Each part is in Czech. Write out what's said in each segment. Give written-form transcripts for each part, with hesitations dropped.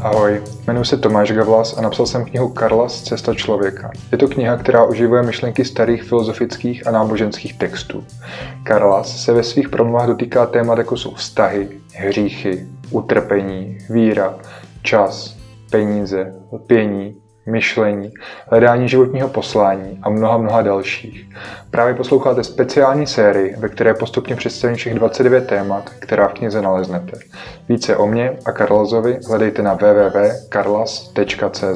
Ahoj, jmenuji se Tomáš Gavlas a napsal jsem knihu Karlas, Cesta člověka. Je to kniha, která oživuje myšlenky starých filozofických a náboženských textů. Karlas se ve svých promluvách dotýká témat, jako jsou vztahy, hříchy, utrpení, víra, čas, peníze, lpění, myšlení, hledání životního poslání a mnoha dalších. Právě posloucháte speciální sérii, ve které postupně představím všech 29 témat, která v knize naleznete. Více o mně a Karlasovi hledejte na www.karlas.cz.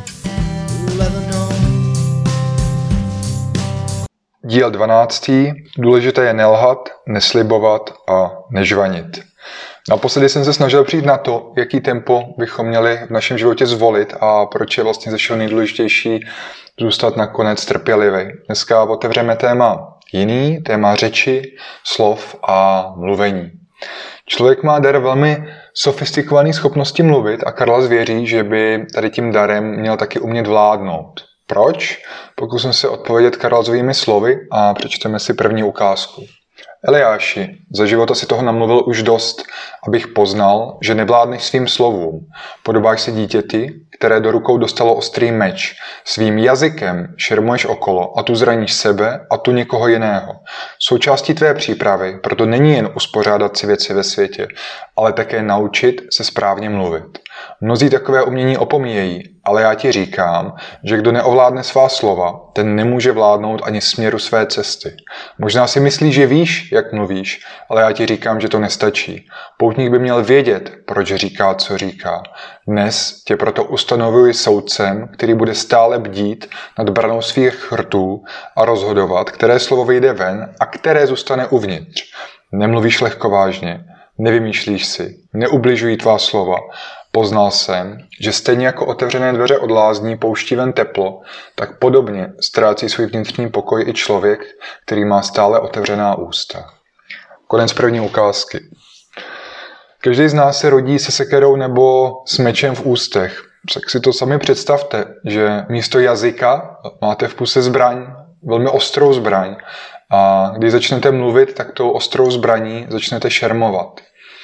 Díl 12. Důležité je nelhat, neslibovat a nežvanit. Naposledy jsem se snažil přijít na to, jaký tempo bychom měli v našem životě zvolit a proč je vlastně ze všeho nejdůležitější zůstat nakonec trpělivý. Dneska otevřeme téma jiný, téma řeči, slov a mluvení. Člověk má dar velmi sofistikované schopnosti mluvit a Karlas věří, že by tady tím darem měl taky umět vládnout. Proč? Pokusím se odpovědět Karlasovými slovy a přečteme si první ukázku. Eliáši, za života si toho namluvil už dost, abych poznal, že nevládneš svým slovům. Podobáš se dítěti, které do rukou dostalo ostrý meč. Svým jazykem šermuješ okolo a tu zraníš sebe a tu někoho jiného. Součástí tvé přípravy proto není jen uspořádat si věci ve světě, ale také naučit se správně mluvit. Mnozí takové umění opomíjejí, ale já ti říkám, že kdo neovládne svá slova, ten nemůže vládnout ani směru své cesty. Možná si myslíš, že víš, jak mluvíš, ale já ti říkám, že to nestačí. Poutník by měl vědět, proč říká, co říká. Dnes tě proto ustanovuji soudcem, který bude stále bdít nad branou svých rtů a rozhodovat, které slovo vyjde ven a které zůstane uvnitř. Nemluvíš lehkovážně, nevymýšlíš si, neubližují tvá slova. Poznal jsem, že stejně jako otevřené dveře od lázní pouští ven teplo, tak podobně ztrácí svůj vnitřní pokoj i člověk, který má stále otevřená ústa. Konec první ukázky. Každý z nás se rodí se sekerou nebo s mečem v ústech. Tak si to sami představte, že místo jazyka máte v puse zbraň, velmi ostrou zbraň. A když začnete mluvit, tak tou ostrou zbraní začnete šermovat.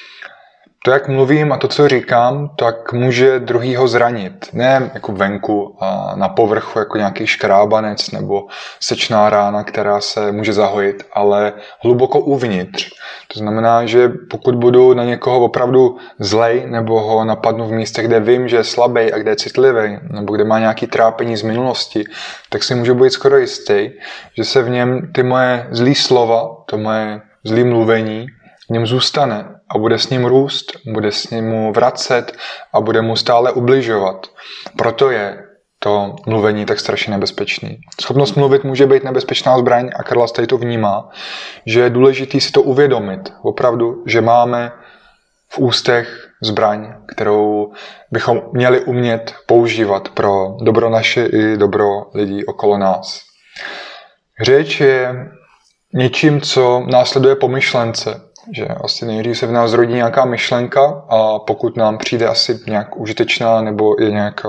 To, jak mluvím a to, co říkám, tak může druhýho zranit. Ne jako venku a na povrchu jako nějaký škrábanec nebo sečná rána, která se může zahojit, ale hluboko uvnitř. To znamená, že pokud budu na někoho opravdu zlej nebo ho napadnu v místech, kde vím, že je slabý a kde je citlivý, nebo kde má nějaké trápení z minulosti, tak si můžu být skoro jistý, že se v něm ty moje zlý slova, to moje zlý mluvení v něm zůstane a bude s ním růst, bude s ním vracet a bude mu stále ubližovat. Proto je to mluvení tak strašně nebezpečný. Schopnost mluvit může být nebezpečná zbraň a Karlas tady to vnímá, že je důležité si to uvědomit. Opravdu, že máme v ústech zbraň, kterou bychom měli umět používat pro dobro naše i dobro lidí okolo nás. Řeč je něčím, co následuje po myšlence. Že asi nejdřív se v nás rodí nějaká myšlenka a pokud nám přijde asi nějak užitečná nebo je nějak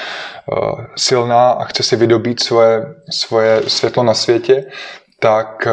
silná a chce si vydobít svoje světlo na světě, tak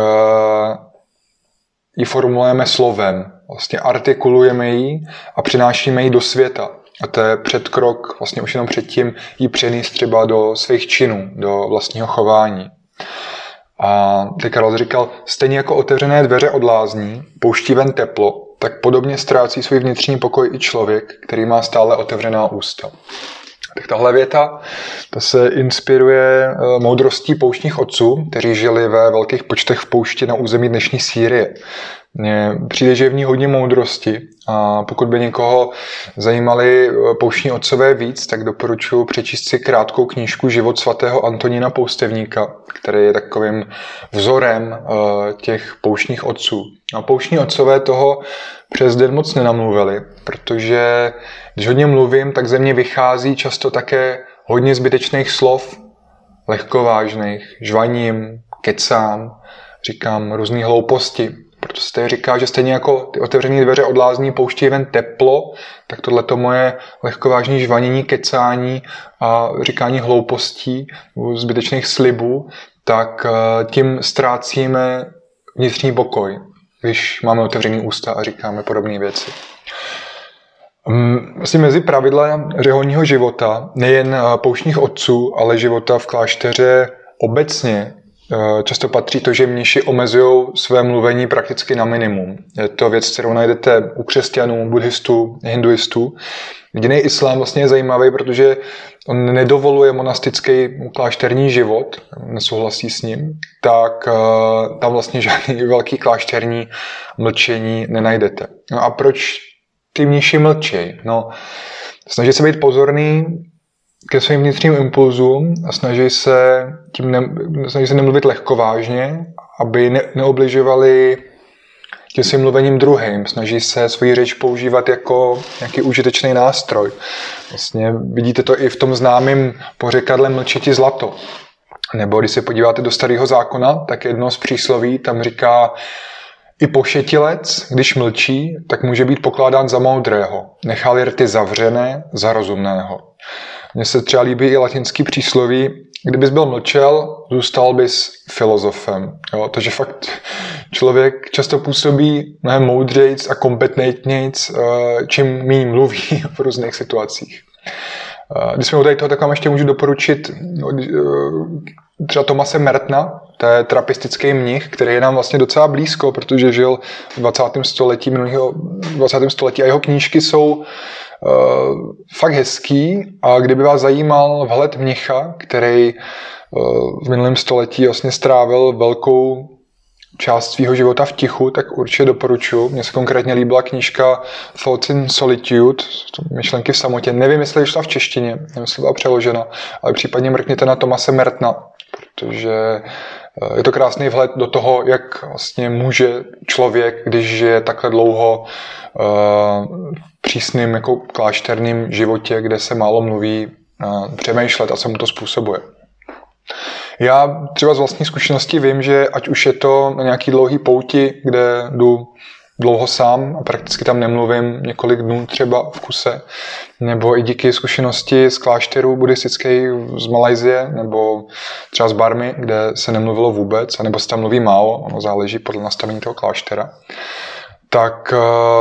ji formulujeme slovem. Vlastně artikulujeme ji a přinášíme ji do světa. A to je předkrok, vlastně už jenom předtím ji přenést třeba do svých činů, do vlastního chování. A teď Karlas říkal, stejně jako otevřené dveře od lázní pouští ven teplo, tak podobně ztrácí svůj vnitřní pokoj i člověk, který má stále otevřená ústa. Tak tahle věta ta se inspiruje moudrostí pouštních otců, kteří žili ve velkých počtech v poušti na území dnešní Sýrie. Mně přijde, že je v ní hodně moudrosti a pokud by někoho zajímali pouštní otcové víc, tak doporučuji přečíst si krátkou knížku Život svatého Antonína Poustevníka, který je takovým vzorem těch pouštních otců. A pouštní otcové toho přes den moc nenamluvili, protože když hodně mluvím, tak ze mě vychází často také hodně zbytečných slov, lehkovážných, žvaním, kecám, říkám různý hlouposti. Proto se tady říká, že stejně jako ty otevřené dveře od lázní pouští ven teplo, tak tohleto moje lehkovážné žvanění, kecání a říkání hloupostí, zbytečných slibů, tak tím ztrácíme vnitřní pokoj, když máme otevřený ústa a říkáme podobné věci. Vlastně mezi pravidla řeholního života, nejen pouštních otců, ale života v klášteře obecně, často patří to, že mniši omezují své mluvení prakticky na minimum. Je to věc, kterou najdete u křesťanů, buddhistů, hinduistů. Jediný islám vlastně je zajímavý, protože on nedovoluje monastický klášterní život, nesouhlasí s ním, tak tam vlastně žádný velký klášterní mlčení nenajdete. No a proč ty mniši mlčí? No, snaží se být pozorný ke svým vnitřním impulzům a snaží se nemluvit lehkovážně, aby neobližovali tím svým mluvením druhým. Snaží se svoji řeč používat jako nějaký užitečný nástroj. Vlastně vidíte to i v tom známém pořekadle mlčeti zlato. Nebo když se podíváte do Starého zákona, tak jedno z přísloví tam říká: i pošetilec, když mlčí, tak může být pokládán za moudrého. Nechal rty zavřené za rozumného. Mně se třeba líbí i latinský přísloví: kdybys byl mlčel, zůstal bys filozofem. Jo, takže fakt člověk často působí mnohem moudřejc a kompetentnějc, čím méně mluví v různých situacích. Když jsme u toho, tak vám ještě můžu doporučit třeba Thomase Mertona, to je trapistický mnich, který je nám vlastně docela blízko, protože žil v 20. století a jeho knížky jsou fakt hezký, a kdyby vás zajímal vhled mnicha, který v minulém století vlastně strávil velkou část svého života v tichu, tak určitě doporučuji. Mně se konkrétně líbila knížka Thoughts in Solitude, myšlenky v samotě. Nevím, jestli vyšla v češtině, nevím, jestli byla přeložena, ale případně mrkněte na Thomase Mertona, protože je to krásný vhled do toho, jak vlastně může člověk, když žije takhle dlouho v přísným jako klášterním životě, kde se málo mluví, přemýšlet a co mu to způsobuje. Já třeba z vlastní zkušenosti vím, že ať už je to na nějaký dlouhý pouti, kde jdu dlouho sám a prakticky tam nemluvím několik dnů třeba v kuse, nebo i díky zkušenosti z klášterů buddhistických z Malajsie, nebo třeba z Barmy, kde se nemluvilo vůbec, anebo se tam mluví málo, ono záleží podle nastavení toho kláštera, tak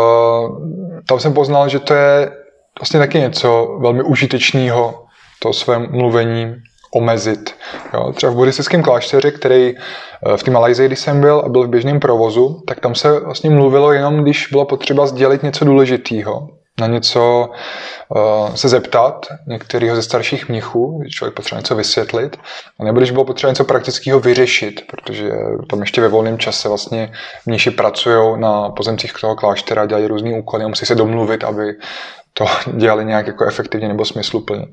tam jsem poznal, že to je vlastně taky něco velmi užitečného, to své mluvení omezit. Jo, třeba v buddhistickém klášteře, který v té Malajsii, když jsem byl a byl v běžném provozu, tak tam se vlastně mluvilo jenom, když bylo potřeba sdělit něco důležitého, na něco se zeptat některého ze starších mnichů, když člověk potřeba něco vysvětlit, nebo když bylo potřeba něco praktického vyřešit, protože tam ještě ve volném čase vlastně mniši pracují na pozemcích toho kláštera, dělají různý úkoly a musí se domluvit, aby to dělali nějak jako efektivně nebo smysluplně.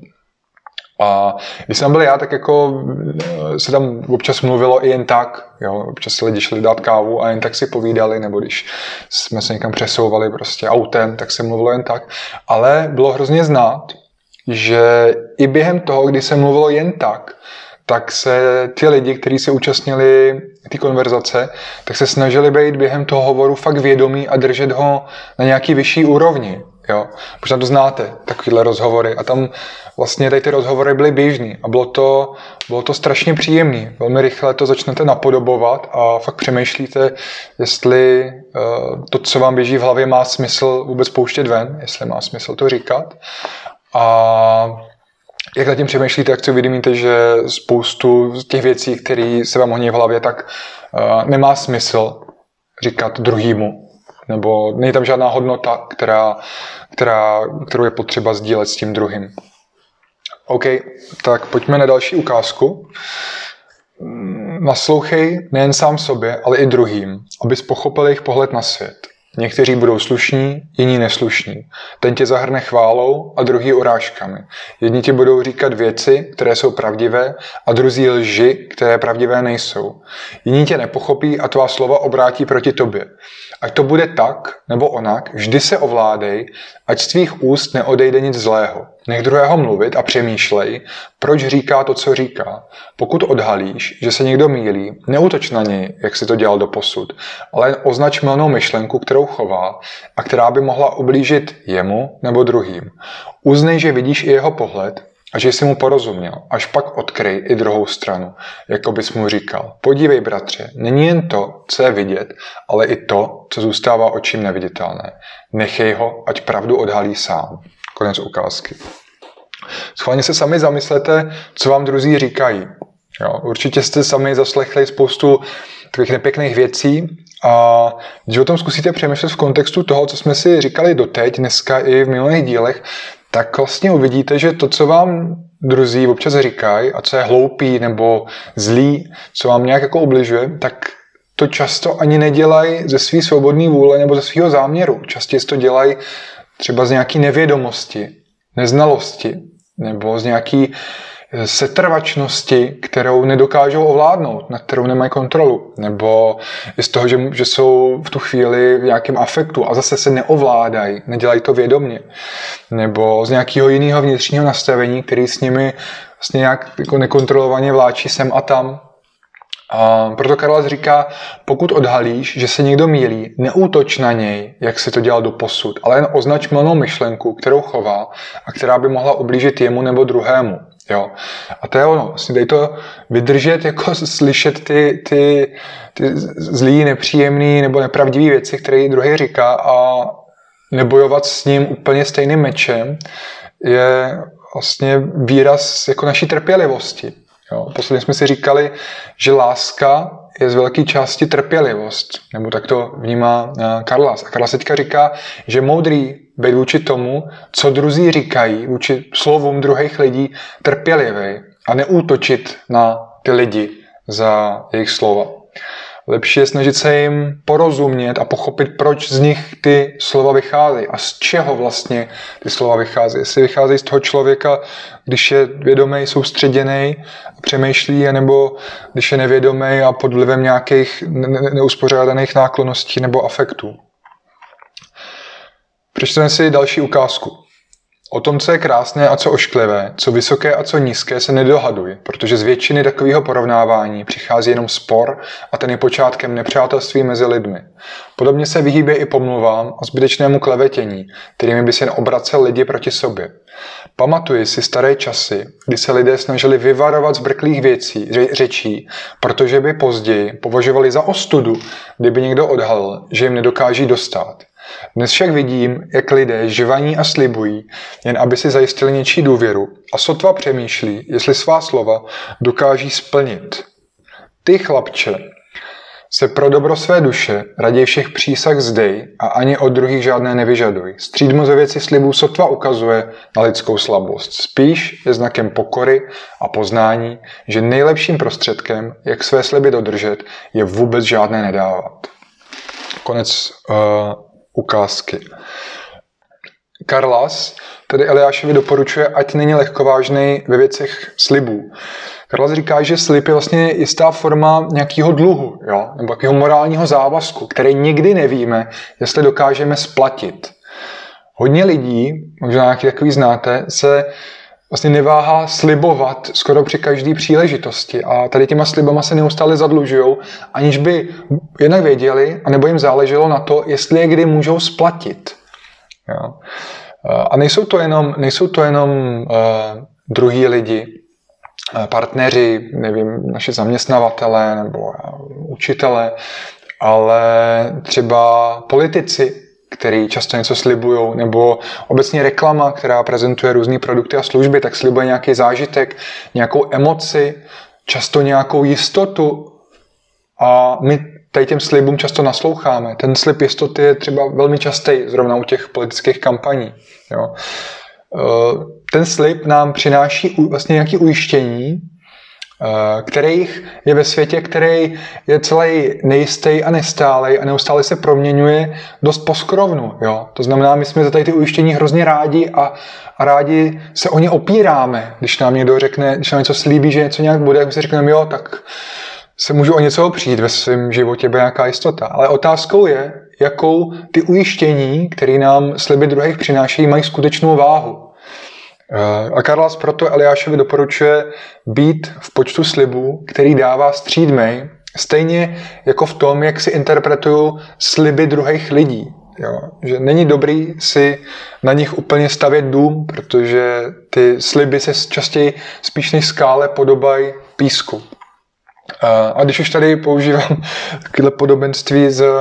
A když jsem byl já, tak jako se tam občas mluvilo i jen tak. Jo? Občas si lidi šli dát kávu a jen tak si povídali, nebo když jsme se někam přesouvali prostě autem, tak se mluvilo jen tak. Ale bylo hrozně znát, že i během toho, kdy se mluvilo jen tak se ty lidi, kteří se účastnili té konverzace, tak se snažili být během toho hovoru fakt vědomí a držet ho na nějaký vyšší úrovni. Jo, možná to znáte, takovýhle rozhovory. A tam vlastně tady ty rozhovory byly běžný a bylo to strašně příjemný. Velmi rychle to začnete napodobovat a fakt přemýšlíte, jestli to, co vám běží v hlavě, má smysl vůbec pouštět ven, jestli má smysl to říkat. A jak nad tím přemýšlíte, jak si uvědomíte, že spoustu z těch věcí, které se vám honí v hlavě, tak nemá smysl říkat druhýmu. Nebo není tam žádná hodnota, kterou je potřeba sdílet s tím druhým. OK, tak pojďme na další ukázku. Naslouchej nejen sám sobě, ale i druhým, abys pochopil jejich pohled na svět. Někteří budou slušní, jiní neslušní. Ten tě zahrne chválou a druhý urážkami. Jedni ti budou říkat věci, které jsou pravdivé, a druzí lži, které pravdivé nejsou. Jiní tě nepochopí a tvá slova obrátí proti tobě. Ať to bude tak nebo onak, vždy se ovládej, ať z tvých úst neodejde nic zlého. Nech druhého mluvit a přemýšlej, proč říká to, co říká. Pokud odhalíš, že se někdo mýlí, neútoč na něj, jak si to dělal doposud, ale označ mylnou myšlenku, kterou chová a která by mohla ublížit jemu nebo druhým. Uznej, že vidíš i jeho pohled a že jsi mu porozuměl, až pak odkryj i druhou stranu, jako bys mu říkal. Podívej, bratře, není jen to, co je vidět, ale i to, co zůstává očím neviditelné. Nechej ho, ať pravdu odhalí sám. Konec ukázky. Schválně se sami zamyslete, co vám druzí říkají. Jo, určitě jste sami zaslechli spoustu takových nepěkných věcí a když o tom zkusíte přemýšlet v kontextu toho, co jsme si říkali doteď, dneska i v minulých dílech, tak vlastně uvidíte, že to, co vám druzí občas říkají a co je hloupý nebo zlý, co vám nějak jako ubližuje, tak to často ani nedělají ze své svobodné vůle nebo ze svého záměru. Častěji to dělají třeba z nějaké nevědomosti, neznalosti nebo z nějaký setrvačnosti, kterou nedokážou ovládnout, na kterou nemají kontrolu. Nebo i z toho, že jsou v tu chvíli v nějakém afektu a zase se neovládají, nedělají to vědomě. Nebo z nějakého jiného vnitřního nastavení, který s nimi vlastně nějak jako nekontrolovaně vláčí sem a tam. A proto Karlas říká, pokud odhalíš, že se někdo mýlí, neútoč na něj, jak se to dělal doposud, ale jen označ mylnou myšlenku, kterou chová a která by mohla ublížit jemu nebo druhému. Jo. A to je ono, vlastně dej to vydržet, jako slyšet ty zlý, nepříjemný nebo nepravdivý věci, které druhý říká a nebojovat s ním úplně stejným mečem, je vlastně výraz jako naší trpělivosti. Jo. Posledně jsme si říkali, že láska je z velké části trpělivost, nebo tak to vnímá Karlas. A Karlas teďka říká, že moudrý být vůči tomu, co druzí říkají, vůči slovům druhých lidí, trpělivý a neútočit na ty lidi za jejich slova. Lepší je snažit se jim porozumět a pochopit, proč z nich ty slova vycházejí a z čeho vlastně ty slova vycházejí. Jestli vycházejí z toho člověka, když je vědomý, soustředěný a přemýšlí, anebo když je nevědomý a pod vlivem nějakých neuspořádaných náklonností nebo afektů. Přečteme si další ukázku. O tom, co je krásné a co ošklivé, co vysoké a co nízké, se nedohaduj, protože z většiny takového porovnávání přichází jenom spor a ten je počátkem nepřátelství mezi lidmi. Podobně se vyhýbej i pomluvám a zbytečnému klevetění, kterými by se jen obracel lidi proti sobě. Pamatuji si staré časy, kdy se lidé snažili vyvarovat zbrklých věcí, řečí, protože by později považovali za ostudu, kdyby někdo odhalil, že jim nedokáží dostat. Dnes však vidím, jak lidé žvaní a slibují, jen aby si zajistili něčí důvěru a sotva přemýšlí, jestli svá slova dokáží splnit. Ty, chlapče, se pro dobro své duše raději všech přísah vzdej a ani od druhých žádné nevyžaduj. Střídmo ze věci slibů sotva ukazuje na lidskou slabost. Spíš je znakem pokory a poznání, že nejlepším prostředkem, jak své sliby dodržet, je vůbec žádné nedávat. Konec ukázky. Karlas tedy Eliášovi doporučuje, ať není lehkovážnej ve věcech slibů. Karlas říká, že slib je vlastně jistá forma nějakého dluhu, jo? Nebo nějakého morálního závazku, který nikdy nevíme, jestli dokážeme splatit. Hodně lidí, možná nějaký takový znáte, se vlastně neváhá slibovat skoro při každé příležitosti a tady těma slibama se neustále zadlužujou, aniž by jednak věděli, anebo jim záleželo na to, jestli je kdy můžou splatit. Jo. A nejsou to jenom druhý lidi, partneři, nevím, naši zaměstnavatele nebo učitele, ale třeba politici, který často něco slibujou, nebo obecně reklama, která prezentuje různé produkty a služby, tak slibuje nějaký zážitek, nějakou emoci, často nějakou jistotu a my tady těm slibům často nasloucháme. Ten slib jistoty je třeba velmi častý, zrovna u těch politických kampaní. Jo. Ten slib nám přináší vlastně nějaké ujištění, kterých je ve světě, který je celý nejistý a nestálej a neustále se proměňuje dost poskrovnu. Jo? To znamená, my jsme za tady ty ujištění hrozně rádi a rádi se o ně opíráme. Když nám někdo řekne, když nám něco slíbí, že něco nějak bude, tak my si řekneme, jo, tak se můžu o něco opřít, ve svém životě bude nějaká jistota. Ale otázkou je, jakou ty ujištění, které nám sliby druhých přinášejí, mají skutečnou váhu. A Karlas proto Eliášovi doporučuje být v počtu slibů, který dává střídmej, stejně jako v tom, jak si interpretují sliby druhých lidí. Jo? Že není dobrý si na nich úplně stavět dům, protože ty sliby se častěji spíš než skále podobají písku. A když už tady používám takové podobenství z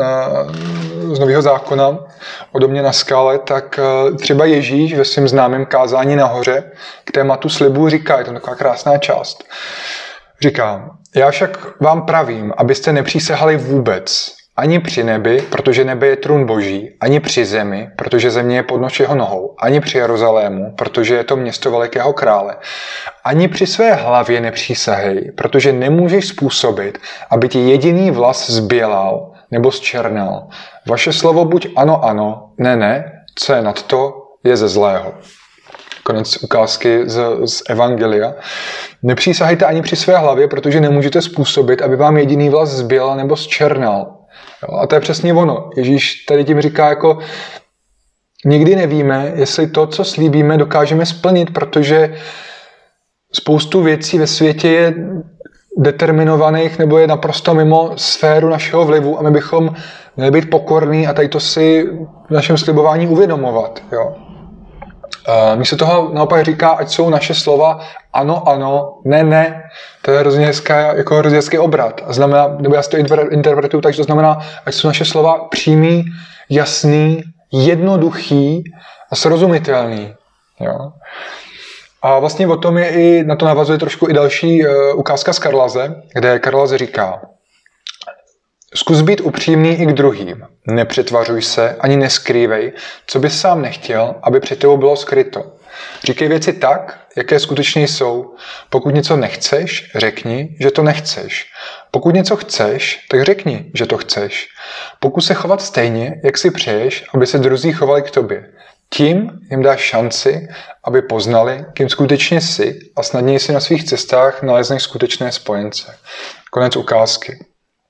Nového zákona o domě na skále, tak třeba Ježíš ve svém známém kázání nahoře k tématu slibu říká, je to taková krásná část, říká, já však vám pravím, abyste nepřísahali vůbec, ani při nebi, protože nebe je trůn Boží, ani při zemi, protože země je podnož jeho nohou, ani při Jeruzalému, protože je to město velikého krále. Ani při své hlavě nepřísahej, protože nemůžeš způsobit, aby ti jediný vlas zbělal nebo zčernal. Vaše slovo buď ano, ano, ne, ne, co je nad to, je ze zlého. Konec ukázky z Evangelia. Nepřísahejte ani při své hlavě, protože nemůžete způsobit, aby vám jediný vlas zbělal nebo zčernal. Jo, a to je přesně ono. Ježíš tady tím říká, jako nikdy nevíme, jestli to, co slíbíme, dokážeme splnit, protože spoustu věcí ve světě je determinovaných nebo je naprosto mimo sféru našeho vlivu a my bychom měli být pokorní a tady to si v našem slibování uvědomovat. Jo. Místo toho naopak říká, ať jsou naše slova ano, ano, ne, ne. To je hrozně hezký obrat. A znamená, nebo já si to interpretuju, takže to znamená, ať jsou naše slova přímý, jasný, jednoduchý a srozumitelný. Jo. A vlastně o tom je i, na to navazuje trošku i další ukázka z Karlaze, kde Karlaze říká, zkus být upřímný i k druhým. Nepřetvařuj se, ani neskrývej, co bys sám nechtěl, aby před tebou bylo skryto. Říkej věci tak, jaké skutečně jsou. Pokud něco nechceš, řekni, že to nechceš. Pokud něco chceš, tak řekni, že to chceš. Pokus se chovat stejně, jak si přeješ, aby se druzí chovali k tobě. Tím jim dáš šanci, aby poznali, kým skutečně jsi a snadněji si na svých cestách nalezneš skutečné spojence. Konec ukázky.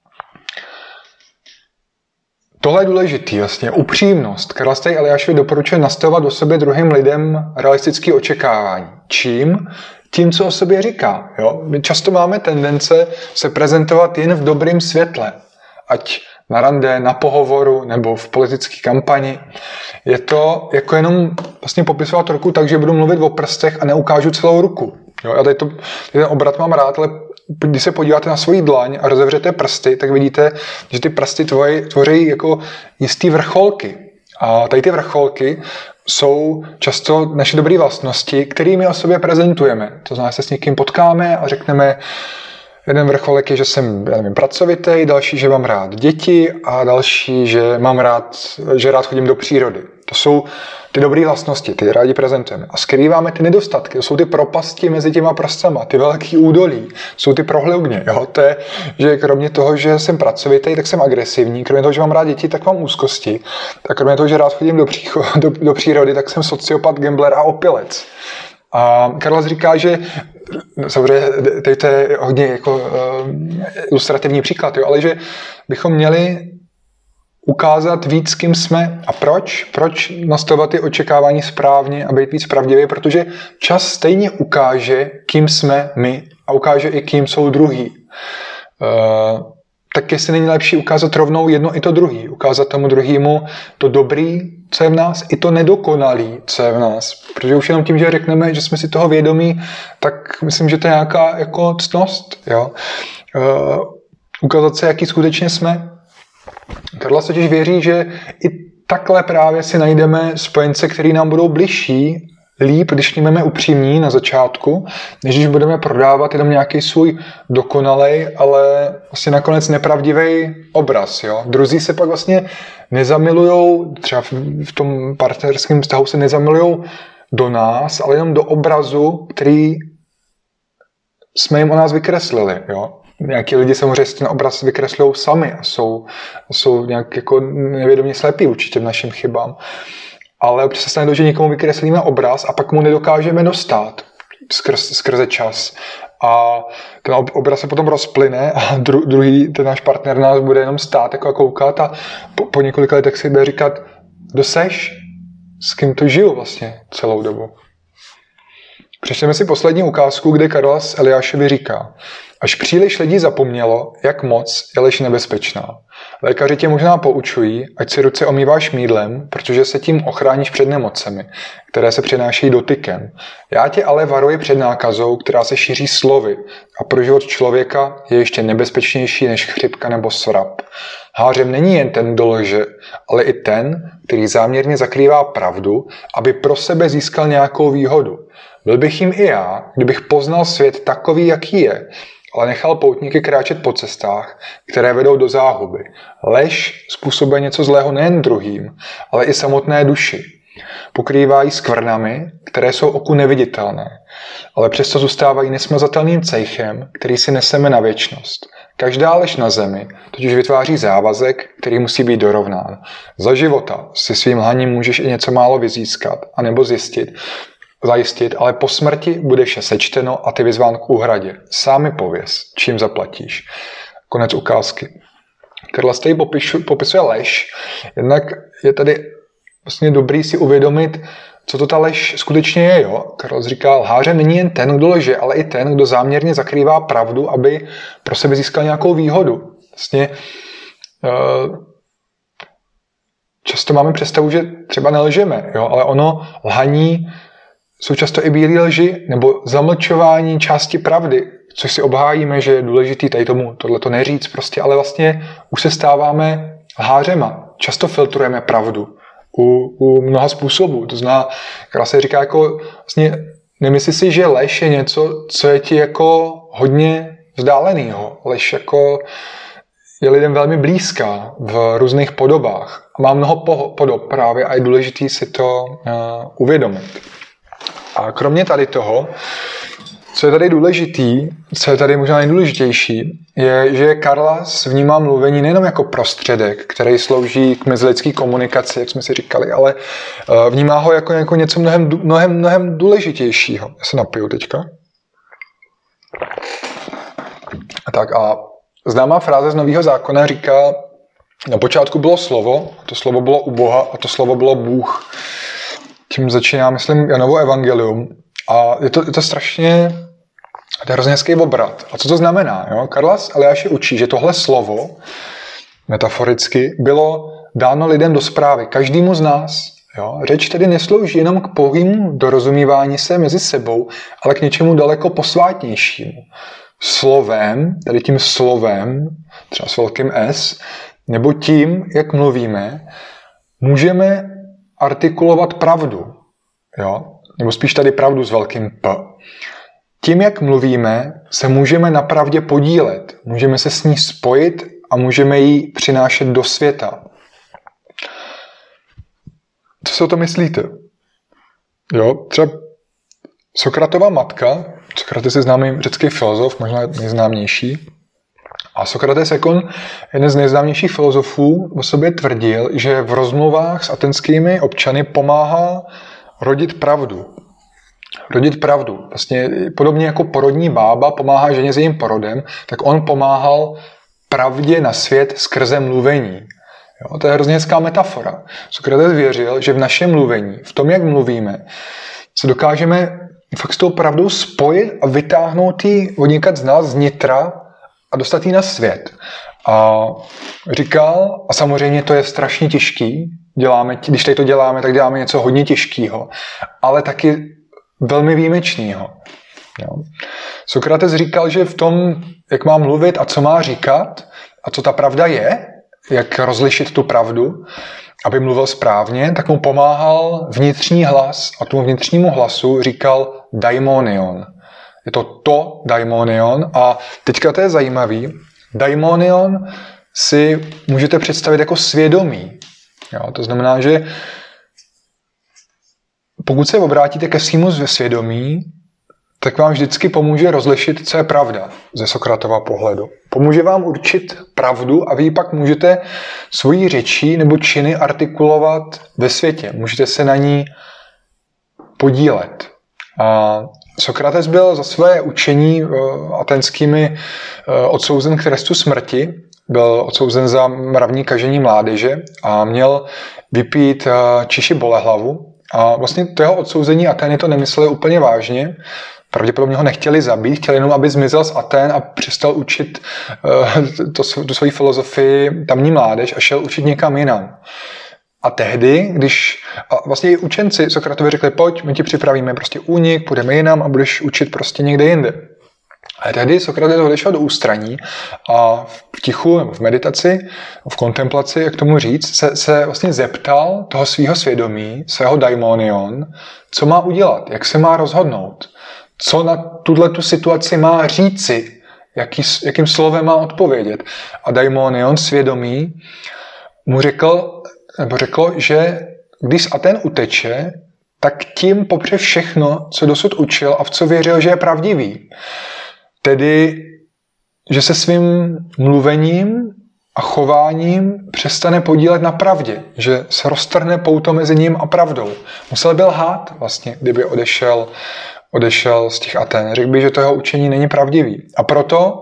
Tohle je důležitý, vlastně, upřímnost. Karla tady Eliášovi doporučuje nastavovat o sobě druhým lidem realistické očekávání. Čím? Tím, co o sobě říká. Jo? My často máme tendence se prezentovat jen v dobrém světle. Ať na rande, na pohovoru nebo v politické kampani. Je to jako jenom vlastně popisovat ruku tak, že budu mluvit o prstech a neukážu celou ruku. Jo? Já tady ten obrat mám rád, ale když se podíváte na svoji dlaň a rozevřete prsty, tak vidíte, že ty prsty tvoří jako jistý vrcholky. A tady ty vrcholky jsou často naše dobré vlastnosti, kterými o sobě prezentujeme. To znamená, že se s někým potkáme a řekneme, jeden vrcholek je, že jsem, já nevím, pracovitý, další, že mám rád děti a další, že rád chodím do přírody. To jsou ty dobré vlastnosti, ty rádi prezentujeme. A skrýváme ty nedostatky, to jsou ty propasti mezi těma prstama, ty velký údolí, jsou ty prohloubně. Jo? To je, že kromě toho, že jsem pracovitý, tak jsem agresivní, kromě toho, že mám rád děti, tak mám úzkosti. A kromě toho, že rád chodím do přírody, tak jsem sociopat, gambler a opilec. A Karlas říká, že samozřejmě tady to je hodně jako ilustrativní příklad, jo, ale že bychom měli ukázat víc, kým jsme a proč. Proč nastavovat ty očekávání správně a být víc pravdivý, protože čas stejně ukáže, kým jsme my a ukáže i, kým jsou druhý. Tak jestli není lepší ukázat rovnou jedno i to druhý. Ukázat tomu druhému to dobrý, co je v nás, i to nedokonalý, co je v nás. Protože už jenom tím, že řekneme, že jsme si toho vědomí, tak myslím, že to je nějaká jako ctnost. Jo? Ukázat se, jaký skutečně jsme. Karla totiž věří, že i takhle právě si najdeme spojence, který nám budou bližší, líp, když jsme upřímní na začátku, než když budeme prodávat jenom nějaký svůj dokonalej, ale vlastně nakonec nepravdivý obraz. Jo? Druzí se pak vlastně nezamilujou, třeba v tom partnerském vztahu se nezamilujou do nás, ale jenom do obrazu, který jsme jim o nás vykreslili. Jo? Nějaký lidi samozřejmě ten obraz vykreslují sami a jsou nějak jako nevědomě slepí určitě v našim chybám. Ale občas se stane to, že někomu vykreslíme obraz a pak mu nedokážeme dostat skrze čas. A ten obraz se potom rozplyne a druhý, ten náš partner nás bude jenom stát jako a koukat a po několika letech si bude říkat, kdo seš, s kým to žiju vlastně celou dobu. Přečteme si poslední ukázku, kde Karlas Eliášovi říká, Až příliš lidí zapomnělo, jak moc je lež nebezpečná. Lékaři tě možná poučují, ať si ruce omýváš mýdlem, protože se tím ochráníš před nemocemi, které se přenášejí dotykem. Já tě ale varuji před nákazou, která se šíří slovy a pro život člověka je ještě nebezpečnější než chřipka nebo svrap. Hářem není jen ten, kdo lže, ale i ten, který záměrně zakrývá pravdu, aby pro sebe získal nějakou výhodu. Byl bych jim i já, kdybych poznal svět takový, jaký je, ale nechal poutníky kráčet po cestách, které vedou do záhuby. Lež způsobuje něco zlého nejen druhým, ale i samotné duši. Pokrývá ji skvrnami, které jsou oku neviditelné, ale přesto zůstávají nesmazatelným cejchem, který si neseme na věčnost. Každá lež na zemi totiž vytváří závazek, který musí být dorovnán. Za života si svým lhaním můžeš i něco málo vyzískat, anebo zajistit, ale po smrti bude vše sečteno a ty vyzván k úhradě. Sám mi pověz, čím zaplatíš. Konec ukázky. Karlas tady popisuje lež, jednak je tady vlastně dobrý si uvědomit, co to ta lež skutečně je. Jo? Karlas říká, lhářem není jen ten, kdo lže, ale i ten, kdo záměrně zakrývá pravdu, aby pro sebe získal nějakou výhodu. Vlastně často máme představu, že třeba nelžeme, jo? Ale ono lhaní jsou často i bílé lži nebo zamlčování části pravdy, což si obhájíme, že je důležitý tady tomu tohleto neříct prostě, ale vlastně už se stáváme lhářema. Často filtrujeme pravdu u mnoha způsobů. To znamená, která se říká jako vlastně nemyslí si, že lež je něco, co je ti jako hodně vzdálenýho. Lež jako je lidem velmi blízká v různých podobách. Má mnoho podob právě a je důležitý si to uvědomit. A kromě tady toho, co je tady důležitý, co je tady možná nejdůležitější, je, že Karlas vnímá mluvení nejenom jako prostředek, který slouží k mezilidské komunikaci, jak jsme si říkali, ale vnímá ho jako něco mnohem důležitějšího. Já se napiju teďka. Tak a známá fráze z Nového zákona říká, na počátku bylo slovo, to slovo bylo u Boha a to slovo bylo Bůh. Tím začíná, myslím, Janovo evangelium. A je to strašně, to je hrozně hezký obrat. A co to znamená? Jo? Karlas Eliáši učí, že tohle slovo, metaforicky, bylo dáno lidem do správy, každému z nás. Jo? Řeč tedy neslouží jenom k pouhému dorozumívání se mezi sebou, ale k něčemu daleko posvátnějšímu. Slovem, tady tím slovem, třeba s velkým S, nebo tím, jak mluvíme, můžeme artikulovat pravdu. Jo? Nebo spíš tady pravdu s velkým P. Tím, jak mluvíme, se můžeme na pravdě podílet. Můžeme se s ní spojit a můžeme ji přinášet do světa. Co si o to myslíte? Jo, třeba Sokratova matka, Sokrates je známý řecký filozof, možná nejznámější, a Sokrates jako jeden z nejznámějších filozofů o sobě tvrdil, že v rozmluvách s atenskými občany pomáhá rodit pravdu. Rodit pravdu. Vlastně podobně jako porodní bába pomáhá ženě s jejím porodem, tak on pomáhal pravdě na svět skrze mluvení. Jo, to je hrozně hezká metafora. Sokrates věřil, že v našem mluvení, v tom, jak mluvíme, se dokážeme fakt s tou pravdou spojit a vytáhnout ji odněkud z nás, z nitra a dostat ji na svět. A říkal, a samozřejmě to je strašně těžký, když tady to děláme, tak děláme něco hodně těžkého, ale taky velmi výjimečného. Sokrates říkal, že v tom, jak má mluvit a co má říkat a co ta pravda je, jak rozlišit tu pravdu, aby mluvil správně, tak mu pomáhal vnitřní hlas a tomu vnitřnímu hlasu říkal daimonion. Je to daimonion a teďka to je zajímavý. Daimonion si můžete představit jako svědomí. Jo, to znamená, že pokud se obrátíte ke svému svědomí, tak vám vždycky pomůže rozlišit, co je pravda ze Sokratova pohledu. Pomůže vám určit pravdu a vy pak můžete svojí řečí nebo činy artikulovat ve světě. Můžete se na ní podílet. A Sokrates byl za své učení atenskými odsouzen k trestu smrti. Byl odsouzen za mravní kažení mládeže a měl vypít číši bolehlavu A vlastně to jeho odsouzení Atény to nemysleli úplně vážně. Pravděpodobně ho nechtěli zabít, chtěli jenom, aby zmizel z Aten a přestal učit tu svoji filozofii tamní mládež a šel učit někam jinam. A tehdy, a vlastně i učenci Sokratovi řekli, pojď, my ti připravíme prostě únik, půjdeme jinam a budeš učit prostě někde jinde. A tehdy Sokrates odešel do ústraní a v tichu, v meditaci, v kontemplaci, jak tomu říct, se vlastně zeptal toho svého svědomí, svého daimonion, co má udělat, jak se má rozhodnout, co na tu situaci má říci, jakým slovem má odpovědět. A daimonion, svědomí, mu řeklo, že když z Aten uteče, tak tím popře všechno, co dosud učil a v co věřil, že je pravdivý. Tedy, že se svým mluvením a chováním přestane podílet na pravdě, že se roztrhne pouto mezi ním a pravdou. Musel by lhát vlastně, kdyby odešel z těch Aten. Řekl by, že to jeho učení není pravdivý. A proto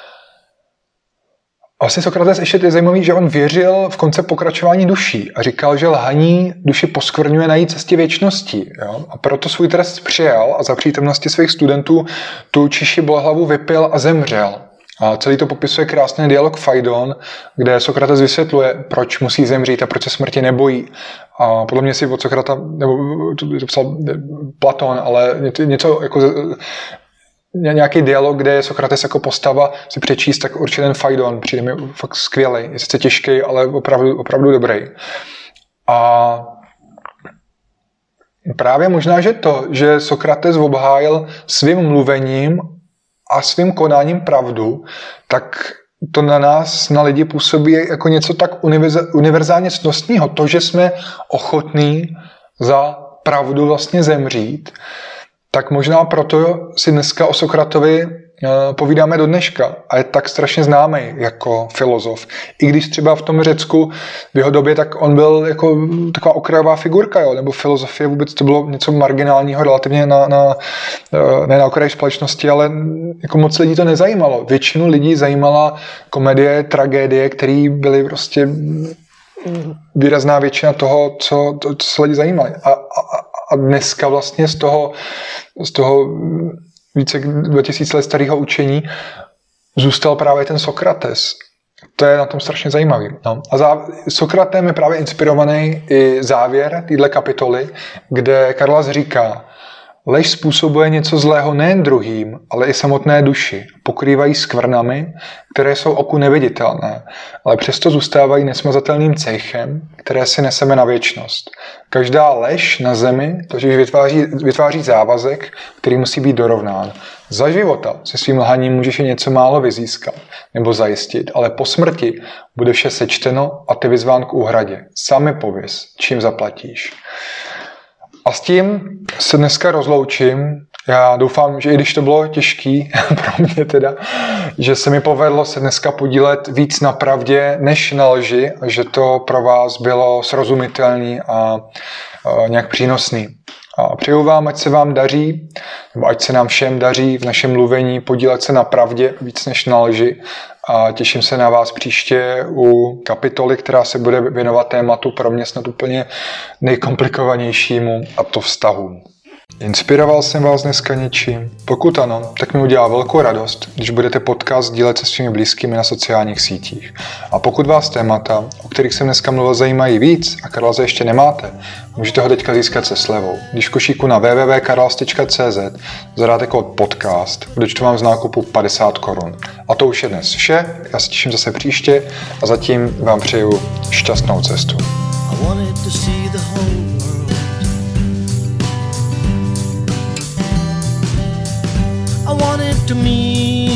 vlastně Sokrates ještě je zajímavý, že on věřil v koncept pokračování duší a říkal, že lhaní duši poskvrňuje na její cestě věčnosti. Jo? A proto svůj trest přijal a za přítomnosti svých studentů tu čiši bolhlavu vypil a zemřel. A celý to popisuje krásný dialog Faidon, kde Sokrates vysvětluje, proč musí zemřít a proč se smrti nebojí. A podle mě si od Sokrata, nebo to psal Platón, ale něco jako nějaký dialog, kde je Sokrates jako postava, si přečíst, tak určitě ten Faidon přijde mi fakt skvělej. Je sice těžký, ale opravdu dobrý. A právě možná, že to, že Sokrates obhájil svým mluvením a svým konáním pravdu, tak to na nás, na lidi působí jako něco tak univerzálně ctnostného. To, že jsme ochotní za pravdu vlastně zemřít, tak možná proto si dneska o Sokratovi povídáme do dneška a je tak strašně známý jako filozof. I když třeba v tom Řecku v jeho době, tak on byl jako taková okrajová figurka, jo? Nebo filozofie vůbec to bylo něco marginálního, relativně ne na okraji společnosti, ale jako moc lidí to nezajímalo. Většinu lidí zajímala komedie, tragédie, které byly prostě výrazná většina toho, co lidi zajímali. A dneska vlastně z toho více 2000 let starého učení zůstal právě ten Sokrates. To je na tom strašně zajímavý. No. A Sokratem je právě inspirovaný i závěr téhle kapitoly, kde Karlas říká, lež způsobuje něco zlého nejen druhým, ale i samotné duši. Pokrývají skvrnami, které jsou oku neviditelné, ale přesto zůstávají nesmazatelným cejchem, které si neseme na věčnost. Každá lež na zemi totiž vytváří závazek, který musí být dorovnán. Za života se svým lhaním můžeš i něco málo vyzískat nebo zajistit, ale po smrti bude vše sečteno a ty vyzván k úhradě. Sami pověz, čím zaplatíš. A s tím se dneska rozloučím. Já doufám, že i když to bylo těžký pro mě teda, že se mi povedlo se dneska podílet víc na pravdě než na lži a že to pro vás bylo srozumitelný a nějak přínosný. A přeju vám, ať se vám daří, nebo ať se nám všem daří v našem mluvení podílet se na pravdě víc než na lži. A těším se na vás příště u kapitoly, která se bude věnovat tématu pro mě snad úplně nejkomplikovanějšímu, a to vztahům. Inspiroval jsem vás dneska něčím? Pokud ano, tak mi udělá velkou radost, když budete podcast sdílet se svými blízkými na sociálních sítích. A pokud vás témata, o kterých jsem dneska mluvil, zajímají víc a Karlase ještě nemáte, můžete ho teďka získat se slevou. Když v košíku na www.karlas.cz zadáte kód podcast, odečtu vám z nákupu 50 korun. A to už je dnes vše, já se těším zase příště a zatím vám přeju šťastnou cestu. I wanted to meet